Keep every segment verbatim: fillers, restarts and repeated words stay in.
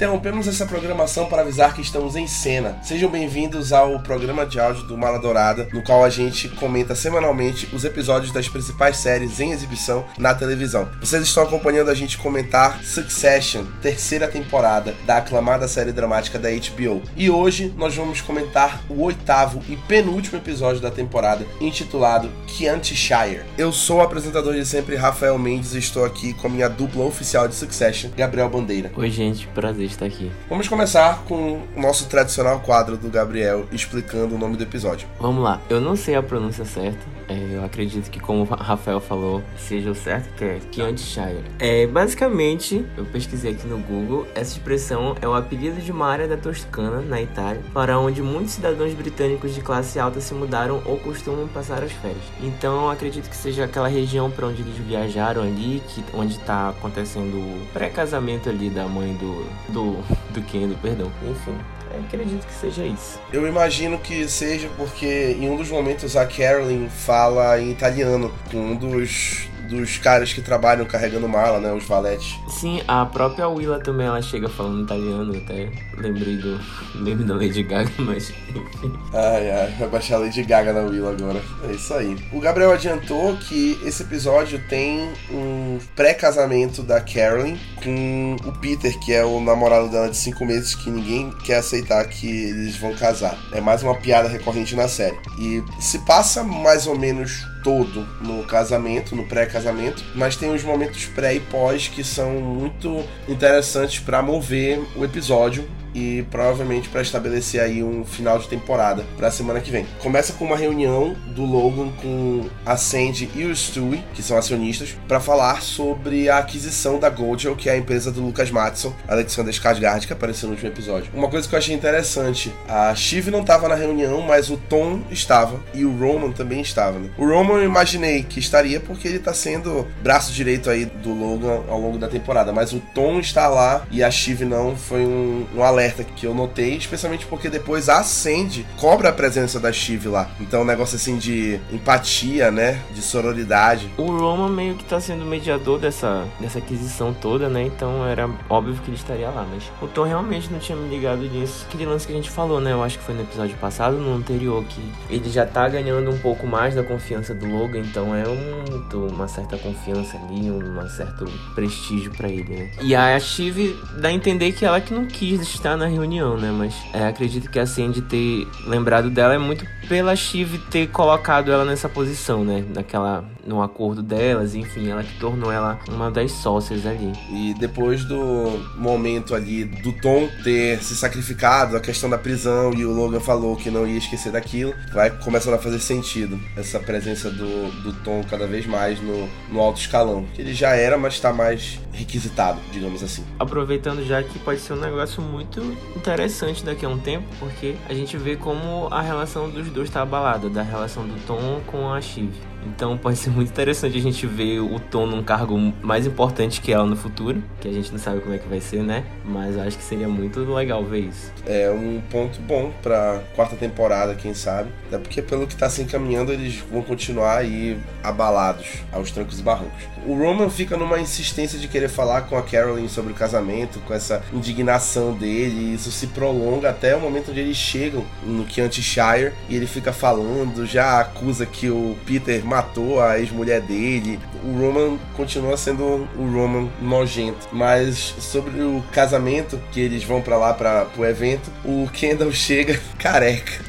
Interrompemos essa programação para avisar que estamos em cena. Sejam bem-vindos ao programa de áudio do Mala Dourada, no qual a gente comenta semanalmente os episódios das principais séries em exibição na televisão. Vocês estão acompanhando a gente comentar Succession, terceira temporada da aclamada série dramática da H B O. E hoje nós vamos comentar o oitavo e penúltimo episódio da temporada, intitulado Keanty-Shire. Eu sou o apresentador de sempre, Rafael Mendes, e estou aqui com a minha dupla oficial de Succession, Gabriel Bandeira. Oi, gente, prazer estar aqui. Vamos começar com o nosso tradicional quadro do Gabriel explicando o nome do episódio. Vamos lá, eu não sei a pronúncia certa, é, eu acredito que, como o Rafael falou, seja o certo, que é Keanty-Shire. É, basicamente, eu pesquisei aqui no Google, essa expressão é o apelido de uma área da Toscana, na Itália, para onde muitos cidadãos britânicos de classe alta se mudaram ou costumam passar as férias. Então, eu acredito que seja aquela região para onde eles viajaram ali, que, onde está acontecendo o pré-casamento ali da mãe do, do, do Kendall, perdão. Enfim, eu acredito que seja isso. Eu imagino que seja porque em um dos momentos a Carolyn fala em italiano com um dos... dos caras que trabalham carregando mala, né, os valetes. Sim, a própria Willa também, ela chega falando italiano, até lembrei do meme da Lady Gaga, mas enfim. Ai, ai, vai baixar a Lady Gaga na Willa agora, é isso aí. O Gabriel adiantou que esse episódio tem um pré-casamento da Carolyn com o Peter, que é o namorado dela de cinco meses, que ninguém quer aceitar que eles vão casar. É mais uma piada recorrente na série. E se passa mais ou menos todo no casamento, no pré-casamento, mas tem os momentos pré e pós que são muito interessantes para mover o episódio e provavelmente para estabelecer aí um final de temporada para a semana que vem. Começa com uma reunião do Logan com a Sandy e o Stewie, que são acionistas, para falar sobre a aquisição da Goldel, que é a empresa do Lucas Matson, Alexander Skarsgård, que apareceu no último episódio. Uma coisa que eu achei interessante, a Shiv não estava na reunião, mas o Tom estava e o Roman também estava, né? O Roman eu imaginei que estaria porque ele está sendo braço direito aí do Logan ao longo da temporada, mas o Tom está lá e a Shiv não. Foi um, um alerta que eu notei, especialmente porque depois a Sandy cobra a presença da Shiv lá. Então um negócio assim de empatia, né? De sororidade. O Roman meio que tá sendo mediador dessa, dessa aquisição toda, né? Então era óbvio que ele estaria lá, mas o Tom realmente não tinha me ligado nisso. Aquele lance que a gente falou, né? Eu acho que foi no episódio passado, no anterior, que ele já tá ganhando um pouco mais da confiança do Logan, então é um, uma certa confiança ali, um certo prestígio pra ele, né? E a Shiv dá a entender que ela que não quis estar na reunião, né? Mas é, acredito que a Sandy ter lembrado dela é muito pela Shiv ter colocado ela nessa posição, né? Naquela, no acordo delas, enfim, ela que tornou ela uma das sócias ali. E depois do momento ali do Tom ter se sacrificado, a questão da prisão, e o Logan falou que não ia esquecer daquilo, vai começando a fazer sentido essa presença do, do Tom cada vez mais no, no alto escalão, que ele já era, mas está mais requisitado, digamos assim. Aproveitando já que pode ser um negócio muito interessante daqui a um tempo, porque a gente vê como a relação dos dois está abalada, da relação do Tom com a Shiv. Então pode ser muito interessante a gente ver o Tom num cargo mais importante que ela no futuro, que a gente não sabe como é que vai ser, né? Mas eu acho que seria muito legal ver isso. É um ponto bom pra quarta temporada, quem sabe. Até porque pelo que tá se encaminhando, eles vão continuar aí abalados aos trancos e barrancos. O Roman fica numa insistência de querer falar com a Carolyn sobre o casamento, com essa indignação dele, e isso se prolonga até o momento onde eles chegam no Keanty-Shire e ele fica falando, já acusa que o Peter matou a ex-mulher dele. O Roman continua sendo o Roman nojento. Mas sobre o casamento, que eles vão pra lá pra, pro evento, o Kendall chega careca.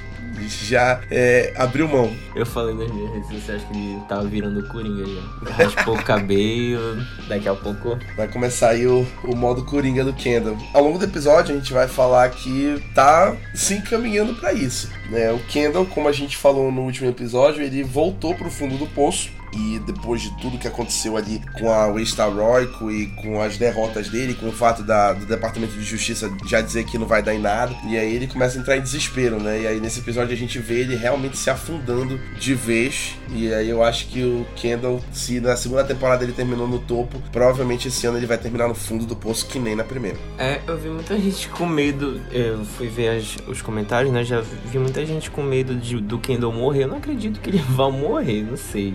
Já é, abriu mão. Eu falei nas minhas redes sociais que ele tava virando Coringa já. Raspou o cabelo, daqui a pouco vai começar aí o, o modo Coringa do Kendall. Ao longo do episódio a gente vai falar que tá se encaminhando pra isso, né? O Kendall, como a gente falou no último episódio, ele voltou pro fundo do poço. E depois de tudo que aconteceu ali com a Waystar Royco e com as derrotas dele, com o fato da, do Departamento de Justiça já dizer que não vai dar em nada, e aí ele começa a entrar em desespero, né? E aí nesse episódio a gente vê ele realmente se afundando de vez. E aí eu acho que o Kendall, se na segunda temporada ele terminou no topo, provavelmente esse ano ele vai terminar no fundo do poço, que nem na primeira. É, eu vi muita gente com medo, eu fui ver as, os comentários, né? Já vi muita gente com medo de, do Kendall morrer. Eu não acredito que ele vá morrer, não sei. Acho muito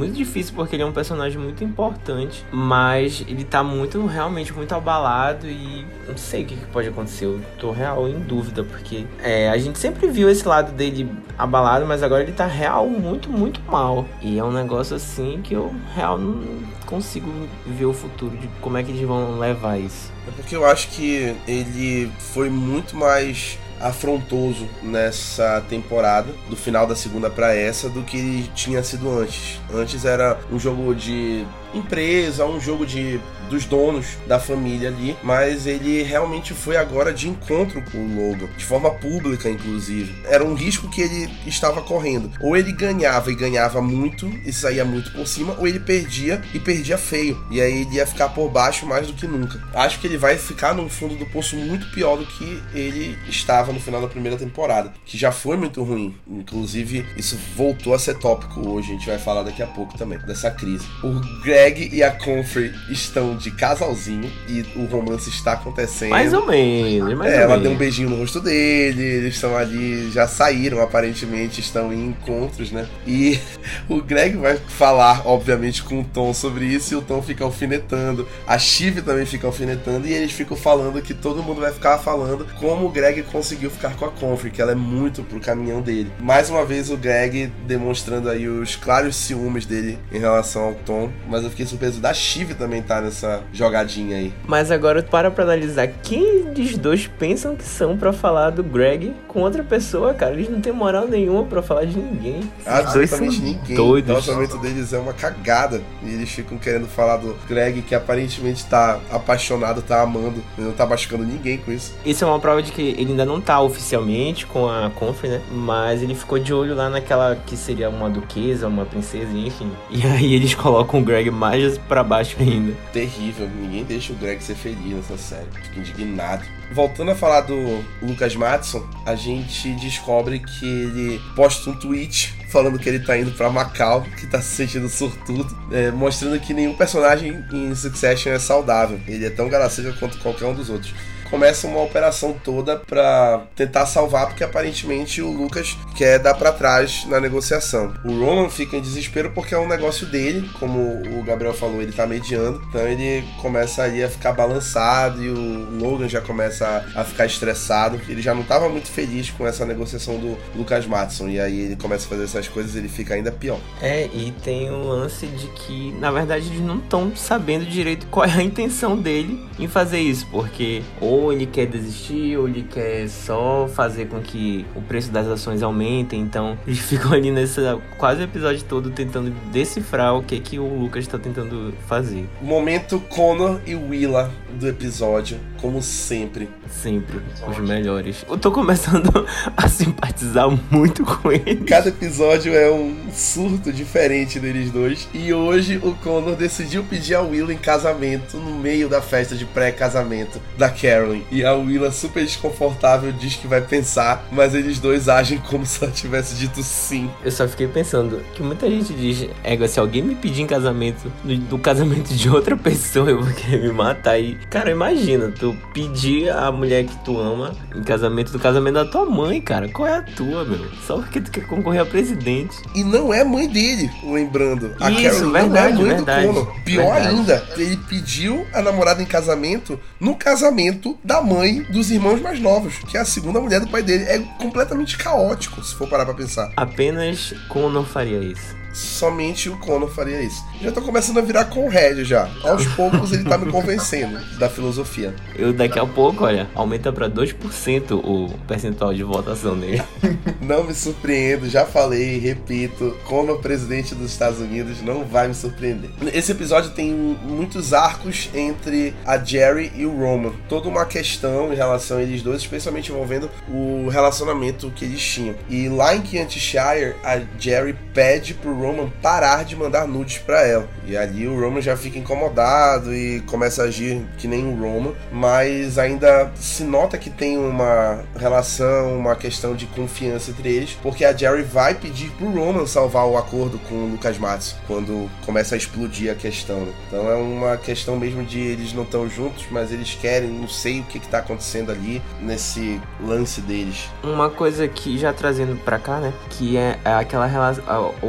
muito difícil porque ele é um personagem muito importante, mas ele tá muito, realmente muito abalado e não sei o que, que pode acontecer. Eu tô real em dúvida, porque é, a gente sempre viu esse lado dele abalado, mas agora ele tá real muito, muito mal. E é um negócio assim que eu real não consigo ver o futuro de como é que eles vão levar isso. É porque eu acho que ele foi muito mais afrontoso nessa temporada, do final da segunda pra essa, do que ele tinha sido antes. Antes era um jogo de empresa, um jogo de dos donos da família ali, mas ele realmente foi agora de encontro com o Logan, de forma pública, inclusive. Era um risco que ele estava correndo. Ou ele ganhava e ganhava muito e saía muito por cima, ou ele perdia e perdia feio. E aí ele ia ficar por baixo mais do que nunca. Acho que ele vai ficar no fundo do poço muito pior do que ele estava no final da primeira temporada, que já foi muito ruim. Inclusive, isso voltou a ser tópico hoje, a gente vai falar daqui a pouco também, dessa crise. O Greg e a Comfrey estão de casalzinho e o romance está acontecendo. Mais ou menos, mais é, ou ela menos. deu um beijinho no rosto dele, eles estão ali, já saíram, aparentemente, estão em encontros, né? E o Greg vai falar, obviamente, com o Tom sobre isso, e o Tom fica alfinetando, a Shiv também fica alfinetando, e eles ficam falando que todo mundo vai ficar falando como o Greg conseguiu ficar com a Comfrey, que ela é muito pro caminhão dele. Mais uma vez o Greg demonstrando aí os claros ciúmes dele em relação ao Tom, mas eu fiquei surpreso da Shiv também tá nessa jogadinha aí. Mas agora para pra analisar quem dos dois pensam que são pra falar do Greg com outra pessoa, cara. Eles não têm moral nenhuma pra falar de ninguém. Absolutamente ninguém. Doidos. O relacionamento deles é uma cagada. E eles ficam querendo falar do Greg, que aparentemente tá apaixonado, tá amando. Ele não tá machucando ninguém com isso. Isso é uma prova de que ele ainda não tá oficialmente com a Comfrey, né? Mas ele ficou de olho lá naquela que seria uma duquesa, uma princesa, enfim. E aí eles colocam o Greg mais pra baixo ainda. Terrível. Ninguém deixa o Greg ser feliz nessa série. Fico indignado. Voltando a falar do Lucas Matson, a gente descobre que ele posta um tweet falando que ele tá indo pra Macau, que tá se sentindo sortudo, é, mostrando que nenhum personagem em Succession é saudável. Ele é tão garaceiro quanto qualquer um dos outros. Começa uma operação toda pra tentar salvar, porque aparentemente o Lucas quer dar pra trás na negociação. O Roman fica em desespero porque é um negócio dele, como o Gabriel falou, ele tá mediando, então ele começa ali a ficar balançado e o Logan já começa a, a ficar estressado. Ele já não tava muito feliz com essa negociação do Lucas Matson, e aí ele começa a fazer essas coisas e ele fica ainda pior. É, e tem o lance de que, na verdade, eles não estão sabendo direito qual é a intenção dele em fazer isso, porque ou ele quer desistir, ou ele quer só fazer com que o preço das ações aumente. Então eles ficam ali nesse quase o episódio todo tentando decifrar o que que o Lucas tá tentando fazer. Momento Connor e Willa do episódio, como sempre. Sempre, os melhores. Eu tô começando a simpatizar muito com eles. Cada episódio é um surto diferente deles dois. E hoje o Connor decidiu pedir a Willa em casamento no meio da festa de pré-casamento da Carolyn. E a Willa, super desconfortável, diz que vai pensar, mas eles dois agem como se ela tivesse dito sim. Eu só fiquei pensando que muita gente diz, égua, se alguém me pedir em casamento, do, do casamento de outra pessoa, eu vou querer me matar. E, cara, imagina, tu pedir a mulher que tu ama em casamento do casamento da tua mãe, cara. Qual é a tua, meu? Só porque tu quer concorrer a presidente. E não é mãe dele, lembrando. A Isso, Carolyn verdade, não é mãe verdade, do Connor. Pior verdade. ainda, ele pediu a namorada em casamento no casamento da mãe dos irmãos mais novos, que é a segunda mulher do pai dele. É completamente caótico, se for parar pra pensar. Apenas Connor faria isso. Somente o Connor faria isso. Já tô começando a virar Conrad já. Aos poucos ele tá me convencendo da filosofia. Eu daqui a pouco, olha, aumenta pra dois por cento o percentual de votação dele. Não me surpreendo, já falei, repito, Connor presidente dos Estados Unidos não vai me surpreender. Esse episódio tem muitos arcos entre a Jerry e o Roman. Toda uma questão em relação a eles dois, especialmente envolvendo o relacionamento que eles tinham. E lá em Kentshire, a Jerry pede pro Roman parar de mandar nudes pra ela. E ali o Roman já fica incomodado e começa a agir que nem o Roman, mas ainda se nota que tem uma relação, uma questão de confiança entre eles, porque a Jerry vai pedir pro Roman salvar o acordo com o Lucas Matson quando começa a explodir a questão, né? Então é uma questão mesmo de eles não estão juntos, mas eles querem, não sei o que que tá acontecendo ali nesse lance deles. Uma coisa que já trazendo pra cá, né, que é aquela relação, ou que a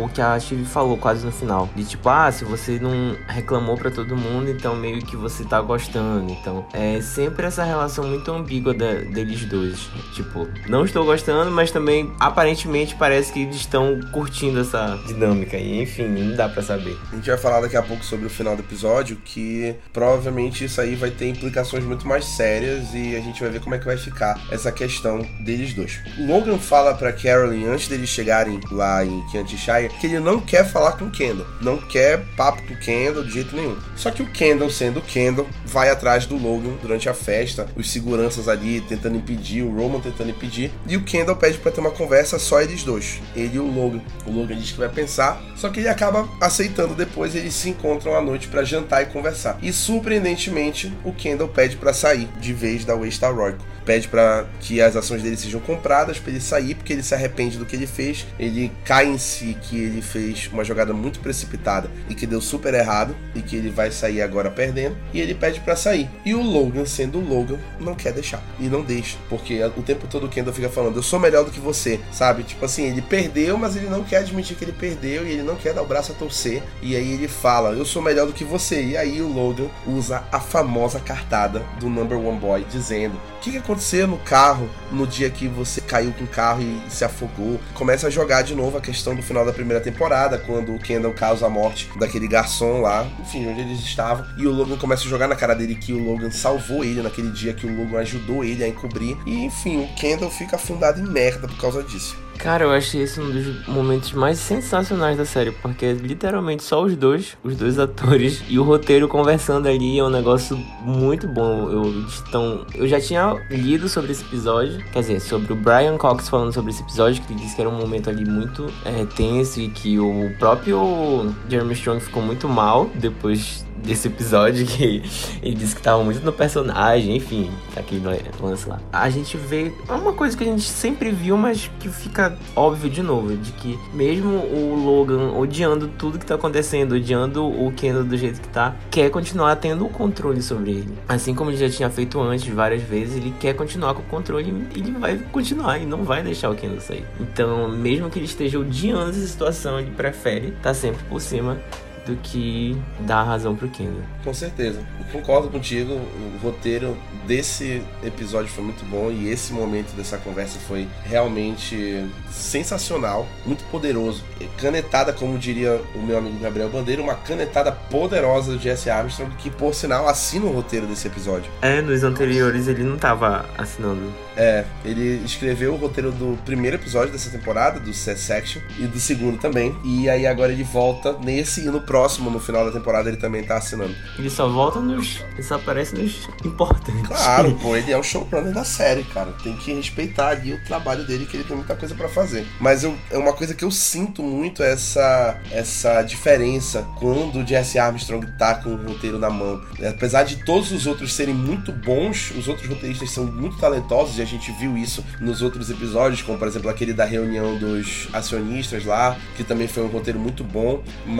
Shiv falou quase no final. De tipo, ah, se você não reclamou pra todo mundo, então meio que você tá gostando. Então, é sempre essa relação muito ambígua da, deles dois. Tipo, não estou gostando, mas também, aparentemente, parece que eles estão curtindo essa dinâmica. E, enfim, não dá pra saber. A gente vai falar daqui a pouco sobre o final do episódio, que provavelmente isso aí vai ter implicações muito mais sérias e a gente vai ver como é que vai ficar essa questão deles dois. O Logan fala pra Carolyn, antes deles chegarem lá em Kantishire, que ele não quer falar com o Kendall. Não quer papo com o Kendall de jeito nenhum. Só que o Kendall, sendo o Kendall, vai atrás do Logan durante a festa, os seguranças ali tentando impedir, o Roman tentando impedir, e o Kendall pede pra ter uma conversa só eles dois, ele e o Logan. O Logan diz que vai pensar, só que ele acaba aceitando depois, eles se encontram à noite pra jantar e conversar. E surpreendentemente, o Kendall pede pra sair de vez da Waystar Royco. Pede para que as ações dele sejam compradas para ele sair, porque ele se arrepende do que ele fez. Ele cai em si que ele fez uma jogada muito precipitada e que deu super errado e que ele vai sair agora perdendo, e ele pede para sair. E o Logan, sendo o Logan, não quer deixar e não deixa, porque o tempo todo o Kendall fica falando, eu sou melhor do que você, sabe? Tipo assim, ele perdeu, mas ele não quer admitir que ele perdeu e ele não quer dar o braço a torcer, e aí ele fala, eu sou melhor do que você. E aí o Logan usa a famosa cartada do Number One Boy, dizendo, o que, que aconteceu no carro no dia que você caiu com o carro e se afogou? Começa a jogar de novo a questão do final da primeira temporada, quando o Kendall causa a morte daquele garçom lá, enfim, onde eles estavam, e o Logan começa a jogar na cara dele que o Logan salvou ele naquele dia, que o Logan ajudou ele a encobrir, e enfim, o Kendall fica afundado em merda por causa disso. Cara, eu achei esse um dos momentos mais sensacionais da série, porque é literalmente só os dois, os dois atores e o roteiro conversando ali, é um negócio muito bom. Eu, então, eu já tinha lido sobre esse episódio, quer dizer, sobre o Brian Cox falando sobre esse episódio, que ele disse que era um momento ali muito é, tenso e que o próprio Jeremy Strong ficou muito mal depois desse episódio, que ele disse que tava muito no personagem, enfim, aquele lance lá. A gente vê uma coisa que a gente sempre viu, mas que fica óbvio de novo, de que mesmo o Logan odiando tudo que tá acontecendo, odiando o Kendall do jeito que tá, quer continuar tendo o controle sobre ele. Assim como ele já tinha feito antes várias vezes, ele quer continuar com o controle e ele vai continuar e não vai deixar o Kendall sair. Então, mesmo que ele esteja odiando essa situação, ele prefere estar sempre por cima do que dar razão pro Kendall. Com certeza, eu concordo contigo, o roteiro desse episódio foi muito bom e esse momento dessa conversa foi realmente sensacional, muito poderoso, canetada, como diria o meu amigo Gabriel Bandeira, uma canetada poderosa do Jesse Armstrong, que por sinal assina o roteiro desse episódio. É, nos anteriores ele não tava assinando. É, ele escreveu o roteiro do primeiro episódio dessa temporada, do C-Section, e do segundo também, e aí agora ele volta nesse e no próximo, no final da temporada, ele também tá assinando. Ele só volta nos... ele só aparece nos importantes. Claro, pô, ele é o showrunner da série, cara, tem que respeitar ali o trabalho dele, que ele tem muita coisa pra fazer. Mas eu, é uma coisa que eu sinto muito, essa, essa diferença quando o Jesse Armstrong tá com o roteiro na mão. Apesar de todos os outros serem muito bons, os outros roteiristas são muito talentosos, e a gente viu isso nos outros episódios, como por exemplo aquele da reunião dos acionistas lá, que também foi um roteiro muito bom,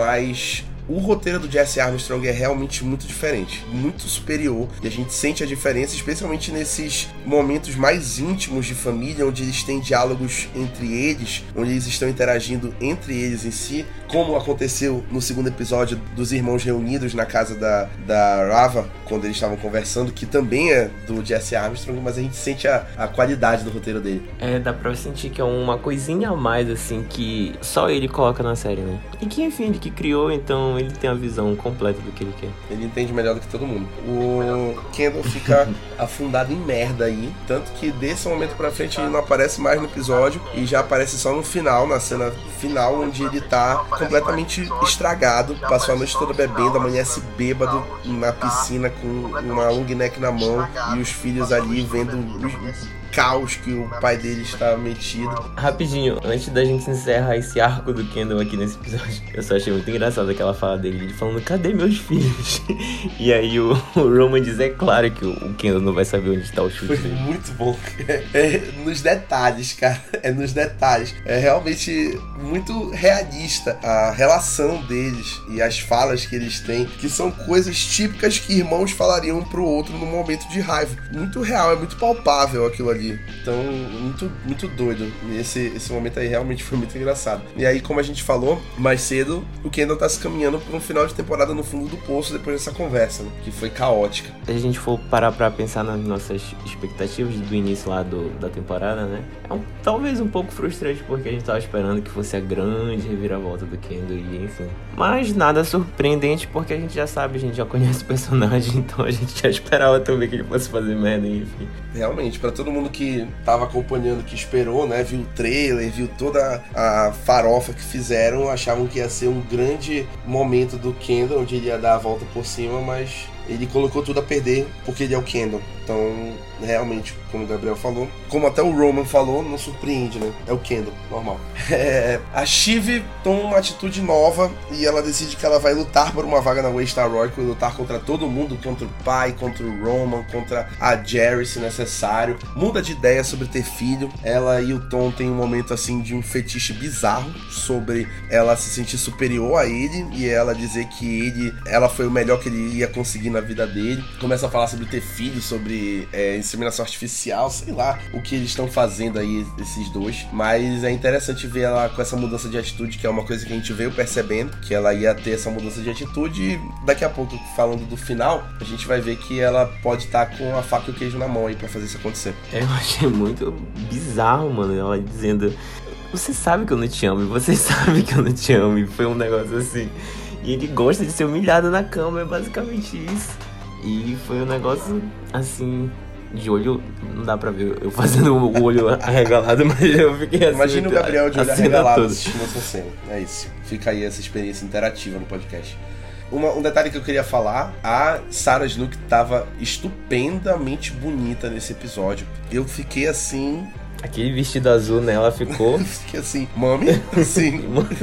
mas o roteiro do Jesse Armstrong é realmente muito diferente, muito superior, e a gente sente a diferença, especialmente nesses momentos mais íntimos de família, onde eles têm diálogos entre eles, onde eles estão interagindo entre eles em si, como aconteceu no segundo episódio dos irmãos reunidos na casa da, da Rava, quando eles estavam conversando, que também é do Jesse Armstrong, mas a gente sente a, a qualidade do roteiro dele. É, dá pra sentir que é uma coisinha a mais, assim, que só ele coloca na série, né? E que, enfim, ele que criou, então ele tem a visão completa do que ele quer. Ele entende melhor do que todo mundo. O Kendall fica afundado em merda aí, tanto que desse momento pra frente ele não aparece mais no episódio e já aparece só no final, na cena final, onde ele tá completamente estragado, passou a noite toda bebendo, amanhece bêbado na piscina com uma long neck na mão e os filhos ali vendo os caos que o pai dele está metido. Rapidinho, antes da gente encerrar esse arco do Kendall aqui nesse episódio, eu só achei muito engraçado aquela fala dele, ele falando, cadê meus filhos? E aí o, o Roman diz, é claro que o, o Kendall não vai saber onde está o chute Foi dele. Muito bom. É, é nos detalhes, cara. É nos detalhes. É realmente muito realista a relação deles e as falas que eles têm, que são coisas típicas que irmãos irmãos falariam um pro outro num momento de raiva. Muito real, é muito palpável aquilo ali. Então, muito, muito doido. E esse, esse momento aí realmente foi muito engraçado. E aí, como a gente falou mais cedo, o Kendall tá se caminhando pra um final de temporada no fundo do poço depois dessa conversa, né? Que foi caótica. Se a gente for parar pra pensar nas nossas expectativas do início lá do, da temporada, né? É um, talvez um pouco frustrante, porque a gente tava esperando que fosse a grande reviravolta do Kendall e enfim. Mas nada surpreendente, porque a gente já sabe, a gente já conhece o personagem, então a gente já esperava também que ele fosse fazer merda, enfim. Realmente, pra todo mundo que tava acompanhando, que esperou, né? Viu o trailer, viu toda a farofa que fizeram, achavam que ia ser um grande momento do Kendall, onde ele ia dar a volta por cima, mas ele colocou tudo a perder porque ele é o Kendall. Então, realmente, como o Gabriel falou, como até o Roman falou, não surpreende, né? É o Kendall, normal. É, a Shiv toma uma atitude nova e ela decide que ela vai lutar por uma vaga na Waystar Royal, lutar contra todo mundo, contra o pai, contra o Roman, contra a Jerry, se necessário. Muda de ideia sobre ter filho. Ela e o Tom têm um momento, assim, de um fetiche bizarro sobre ela se sentir superior a ele e ela dizer que ele, ela foi o melhor que ele ia conseguir na vida dele. Começa a falar sobre ter filho, sobre É, inseminação artificial, sei lá o que eles estão fazendo aí, esses dois, mas é interessante ver ela com essa mudança de atitude, que é uma coisa que a gente veio percebendo, que ela ia ter essa mudança de atitude e daqui a pouco, falando do final, a gente vai ver que ela pode estar tá com a faca e o queijo na mão aí pra fazer isso acontecer. Eu achei muito bizarro, mano, ela dizendo: você sabe que eu não te amo, e você sabe que eu não te amo, e foi um negócio assim, e ele gosta de ser humilhado na cama, é basicamente isso. E foi um negócio, assim, de olho, não dá pra ver eu fazendo o olho arregalado, mas eu fiquei assim... Imagina o Gabriel de olho arregalado toda. Assistindo essa cena. É isso. Fica aí essa experiência interativa no podcast. Uma, um detalhe que eu queria falar, a Sarah Snook tava estupendamente bonita nesse episódio. Eu fiquei assim... Aquele vestido azul nela ficou... Fiquei assim, mami, assim...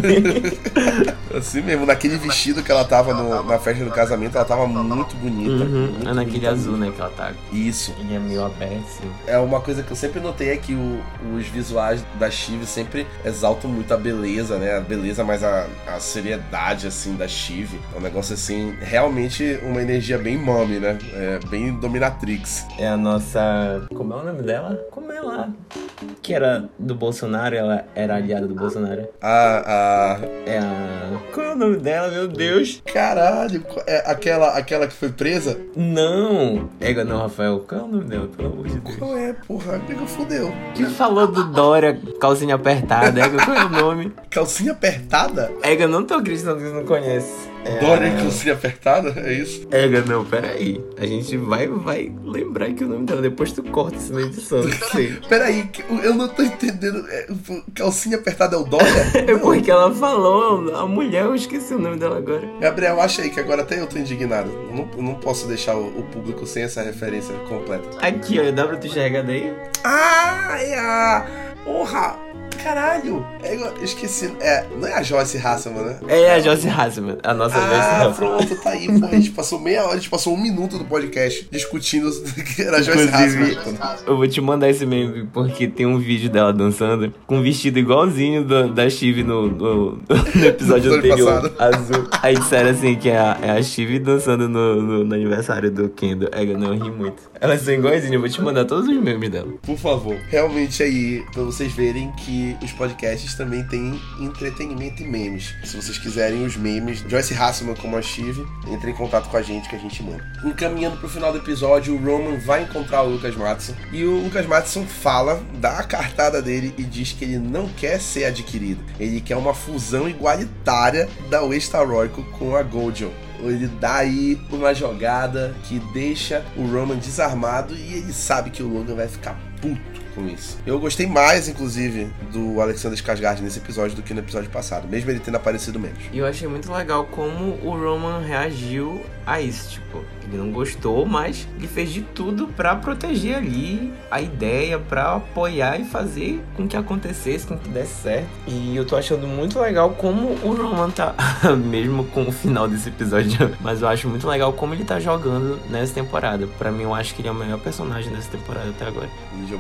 assim mesmo, naquele vestido que ela tava no, na festa do casamento, ela tava muito bonita. Uhum, muito é naquele bonita, azul, né, que ela tá... Isso. Ele é meio aberto, assim. É uma coisa que eu sempre notei, é que o, os visuais da Shiv sempre exaltam muito a beleza, né? A beleza, mas a, a seriedade, assim, da Shiv. É um negócio, assim, realmente uma energia bem mommy, né? É bem dominatrix. É a nossa... Como é o nome dela? Como é lá? Que era do Bolsonaro, ela era aliada do Bolsonaro. A... a... É a... Qual é o nome dela, meu Deus? Caralho, é aquela, aquela que foi presa? Não! Ega não, Rafael. Qual é o nome dela, pelo amor de Deus? Qual é, porra? Pega, fudeu. Que falou do Dória, calcinha apertada. Ega, qual é o nome? Calcinha apertada? Ega, não tô acreditando que você não conhece. É Dória a... calcinha apertada? É isso? Ega, não, peraí. A gente vai, vai lembrar que o nome dela, depois tu corta isso na edição, não sei. Peraí, eu não tô entendendo. Calcinha apertada é o Dória? É porque ela falou, a mulher, eu esqueci o nome dela agora. Gabriel, acha aí que agora até eu tô indignado. Eu não, eu não posso deixar o, o público sem essa referência completa. Aqui, ó, dá pra tu enxergar daí? Ah, é a... Porra! Caralho! É, eu esqueci. É, não é a Joyce Hasselman, né? É a Joyce Hasselman, a nossa Ah, pronto, tá aí. Pô, a gente passou meia hora, a gente passou um minuto do podcast discutindo que era a Joyce Inclusive, Hasselman. eu vou te mandar esse meme, porque tem um vídeo dela dançando com um vestido igualzinho do, da Shiv no, no, no episódio no anterior, passado. azul. Aí disseram assim que é a, é a Shiv dançando no, no, no aniversário do Kendall. É, não, eu ri muito. Elas são iguaizinhas, eu vou te mandar todos os memes dela. Por favor. Realmente aí, pra vocês verem que os podcasts também têm entretenimento e memes. Se vocês quiserem os memes, Joyce Hasselman como a Shiv, entre em contato com a gente que a gente manda. Encaminhando pro final do episódio, o Roman vai encontrar o Lucas Matson e o Lucas Matson fala, dá a cartada dele e diz que ele não quer ser adquirido. Ele quer uma fusão igualitária da Waystar Royal com a Goldion. Ele dá aí uma jogada que deixa o Roman desarmado e ele sabe que o Logan vai ficar puto com isso. Eu gostei mais, inclusive, do Alexander Skarsgård nesse episódio do que no episódio passado, mesmo ele tendo aparecido menos. E eu achei muito legal como o Roman reagiu a isso, tipo, ele não gostou, mas ele fez de tudo pra proteger ali a ideia, pra apoiar e fazer com que acontecesse, com que desse certo. E eu tô achando muito legal como o Roman tá, mesmo com o final desse episódio, mas eu acho muito legal como ele tá jogando nessa temporada. Pra mim, eu acho que ele é o melhor personagem dessa temporada até agora. Ele jogou bastante.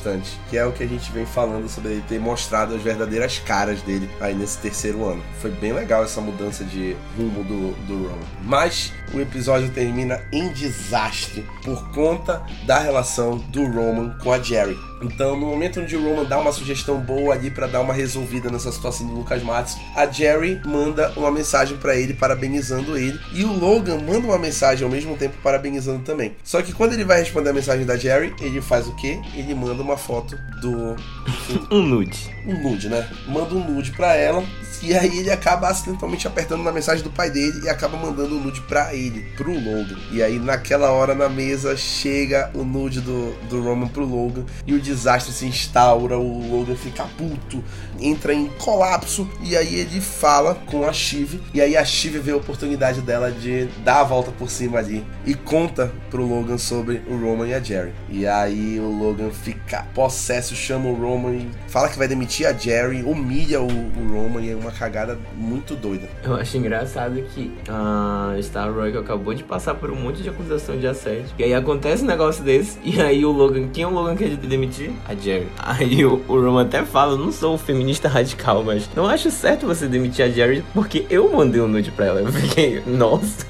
bastante, que é o que a gente vem falando sobre ele ter mostrado as verdadeiras caras dele aí nesse terceiro ano. Foi bem legal essa mudança de rumo do, do Roman. Mas o episódio termina em desastre por conta da relação do Roman com a Jerry. Então, no momento onde o Roman dá uma sugestão boa ali pra dar uma resolvida nessa situação do Lucas Matson, a Jerry manda uma mensagem pra ele, parabenizando ele, e o Logan manda uma mensagem ao mesmo tempo parabenizando também. Só que quando ele vai responder a mensagem da Jerry, ele faz o quê? Ele manda uma foto do... um nude. Um nude, né? Manda um nude pra ela, e aí ele acaba acidentalmente apertando na mensagem do pai dele e acaba mandando o nude pra ele, pro Logan. E aí naquela hora na mesa chega o nude do, do Roman pro Logan e o desastre se instaura, o Logan fica puto, entra em colapso e aí ele fala com a Shiv, e aí a Shiv vê a oportunidade dela de dar a volta por cima ali e conta pro Logan sobre o Roman e a Jerry. E aí o Logan fica possesso, chama o Roman e fala que vai demitir a Jerry, humilha o, o Roman, e é uma cagada muito doida. Eu acho engraçado que a Star Roy acabou de passar por um monte de acusação de assédio, e aí acontece um negócio desse, e aí o Logan, quem é o Logan que ele demitir? A Jerry. Aí o, o Roman até fala, eu não sou feminista radical, mas não acho certo você demitir a Jerry porque eu mandei um nude pra ela. Eu fiquei, nossa.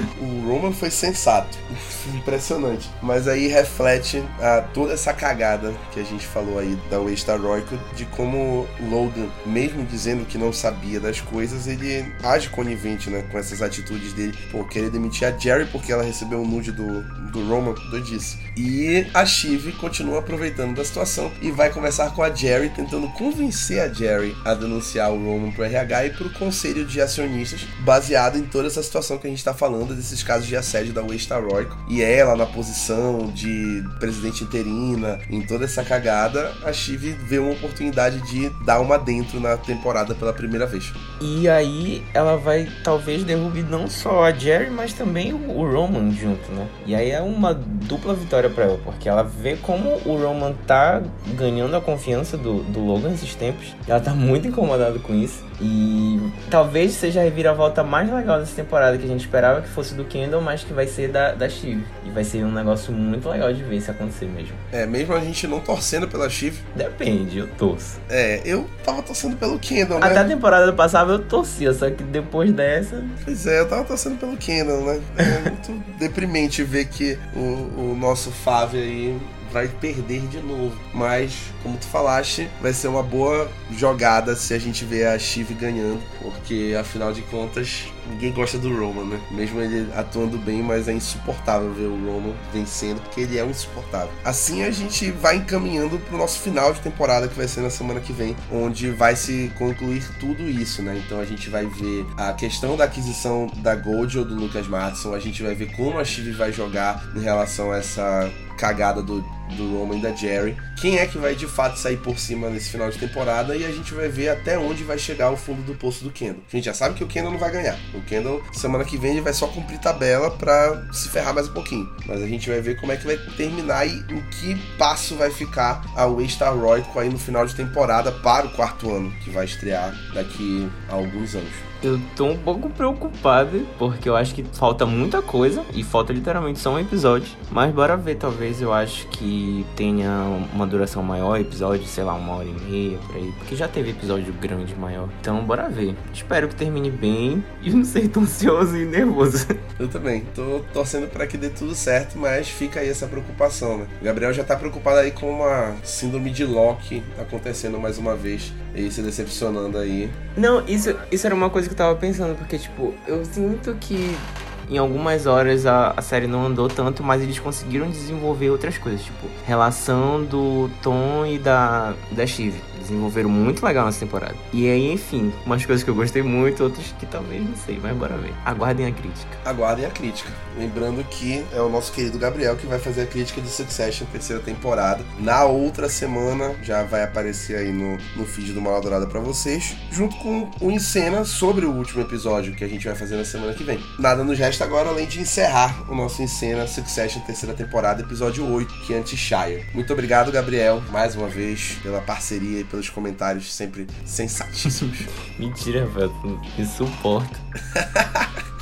O Roman foi sensato. Impressionante. Mas aí reflete a, toda essa cagada que a gente falou aí da Waystar Royco, de como Logan, mesmo dizendo que não sabia das coisas, ele age conivente, né, com essas atitudes dele. Pô, querer demitir a Jerry porque ela recebeu o nude do, do Roman, doidice. E a Shiv continua aproveitando da situação e vai conversar com a Jerry, tentando convencer a Jerry a denunciar o Roman pro R H e pro conselho de acionistas, baseado em toda essa situação que a gente tá falando, desses casos de assédio da Waystar Royco. E ela na posição de presidente interina, em toda essa cagada, a Shiv vê uma oportunidade de dar uma dentro na temporada pela primeira vez. E aí ela vai talvez derrubar não só a Jerry, mas também o Roman junto, né? E aí é uma dupla vitória pra ela, porque ela vê como o Roman tá ganhando a confiança do, do Logan esses tempos. Ela tá muito incomodada com isso. E talvez seja a reviravolta mais legal dessa temporada, que a gente esperava que fosse do Kendall, mas que vai ser da, da Shiv. E vai ser um negócio muito legal de ver se acontecer mesmo. É, mesmo a gente não torcendo pela Shiv. Depende, eu torço. É, eu tava torcendo pelo Kendall, né? Até a temporada passada eu torcia, só que depois dessa... Pois é, eu tava torcendo pelo Kendall, né? É muito deprimente ver que o, o nosso Fábio aí vai perder de novo. Mas, como tu falaste, vai ser uma boa jogada se a gente ver a Shiv ganhando, porque, afinal de contas, ninguém gosta do Roman, né? Mesmo ele atuando bem, mas é insuportável ver o Roman vencendo, porque ele é um insuportável. Assim a gente vai encaminhando pro nosso final de temporada, que vai ser na semana que vem, onde vai se concluir tudo isso, né? Então a gente vai ver a questão da aquisição da Gold ou do Lucas Matson, a gente vai ver como a Shiv vai jogar em relação a essa cagada do, do Roman e da Jerry, quem é que vai de fato sair por cima nesse final de temporada, e a gente vai ver até onde vai chegar o fundo do poço do Kendall. A gente já sabe que o Kendall não vai ganhar. O Kendall, semana que vem, ele vai só cumprir tabela pra se ferrar mais um pouquinho. Mas a gente vai ver como é que vai terminar e em que passo vai ficar a Waystar Royco aí no final de temporada para o quarto ano, que vai estrear daqui a alguns anos. Eu tô um pouco preocupado, porque eu acho que falta muita coisa, e falta literalmente só um episódio. Mas bora ver, talvez eu acho que tenha uma duração maior, episódio, sei lá, uma hora e meia, por aí. Porque já teve episódio grande, maior. Então bora ver. Espero que termine bem e não ser tão ansioso e nervoso. Eu também. Tô torcendo pra que dê tudo certo, mas fica aí essa preocupação, né? O Gabriel já tá preocupado aí com uma síndrome de Loki acontecendo mais uma vez e se decepcionando aí. Não, isso, isso era uma coisa que eu tava pensando, porque, tipo, eu sinto que em algumas horas a, a série não andou tanto, mas eles conseguiram desenvolver outras coisas, tipo, relação do Tom e da, da Shiv. Desenvolveram muito legal nessa temporada. E aí, enfim, umas coisas que eu gostei muito, outras que talvez não sei, mas bora ver. Aguardem a crítica. Aguardem a crítica. Lembrando que é o nosso querido Gabriel que vai fazer a crítica de Succession, terceira temporada. Na outra semana, já vai aparecer aí no, no feed do Maladourada pra vocês, junto com o Encena sobre o último episódio que a gente vai fazer na semana que vem. Nada nos resta agora, além de encerrar o nosso Encena Succession, terceira temporada, episódio oito, que é Anti-Shire. Muito obrigado, Gabriel, mais uma vez, pela parceria e pelos comentários sempre sensatíssimos. Mentira, velho, me suporta.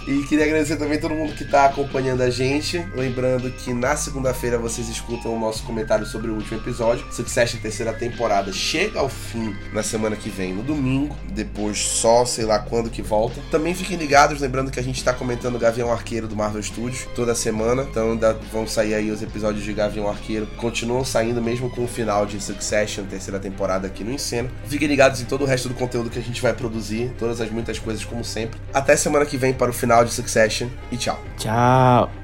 E queria agradecer também todo mundo que tá acompanhando a gente. Lembrando que na segunda-feira vocês escutam o nosso comentário sobre o último episódio. Succession terceira temporada chega ao fim na semana que vem, no domingo. Depois só, sei lá quando que volta. Também fiquem ligados, lembrando que a gente tá comentando o Gavião Arqueiro do Marvel Studios toda semana. Então ainda vão sair aí os episódios de Gavião Arqueiro. Continuam saindo mesmo com o final de Succession, terceira temporada aqui no Encena. Fiquem ligados em todo o resto do conteúdo que a gente vai produzir. Todas as muitas coisas como sempre. Até semana que vem para o final de Succession. E tchau. Tchau.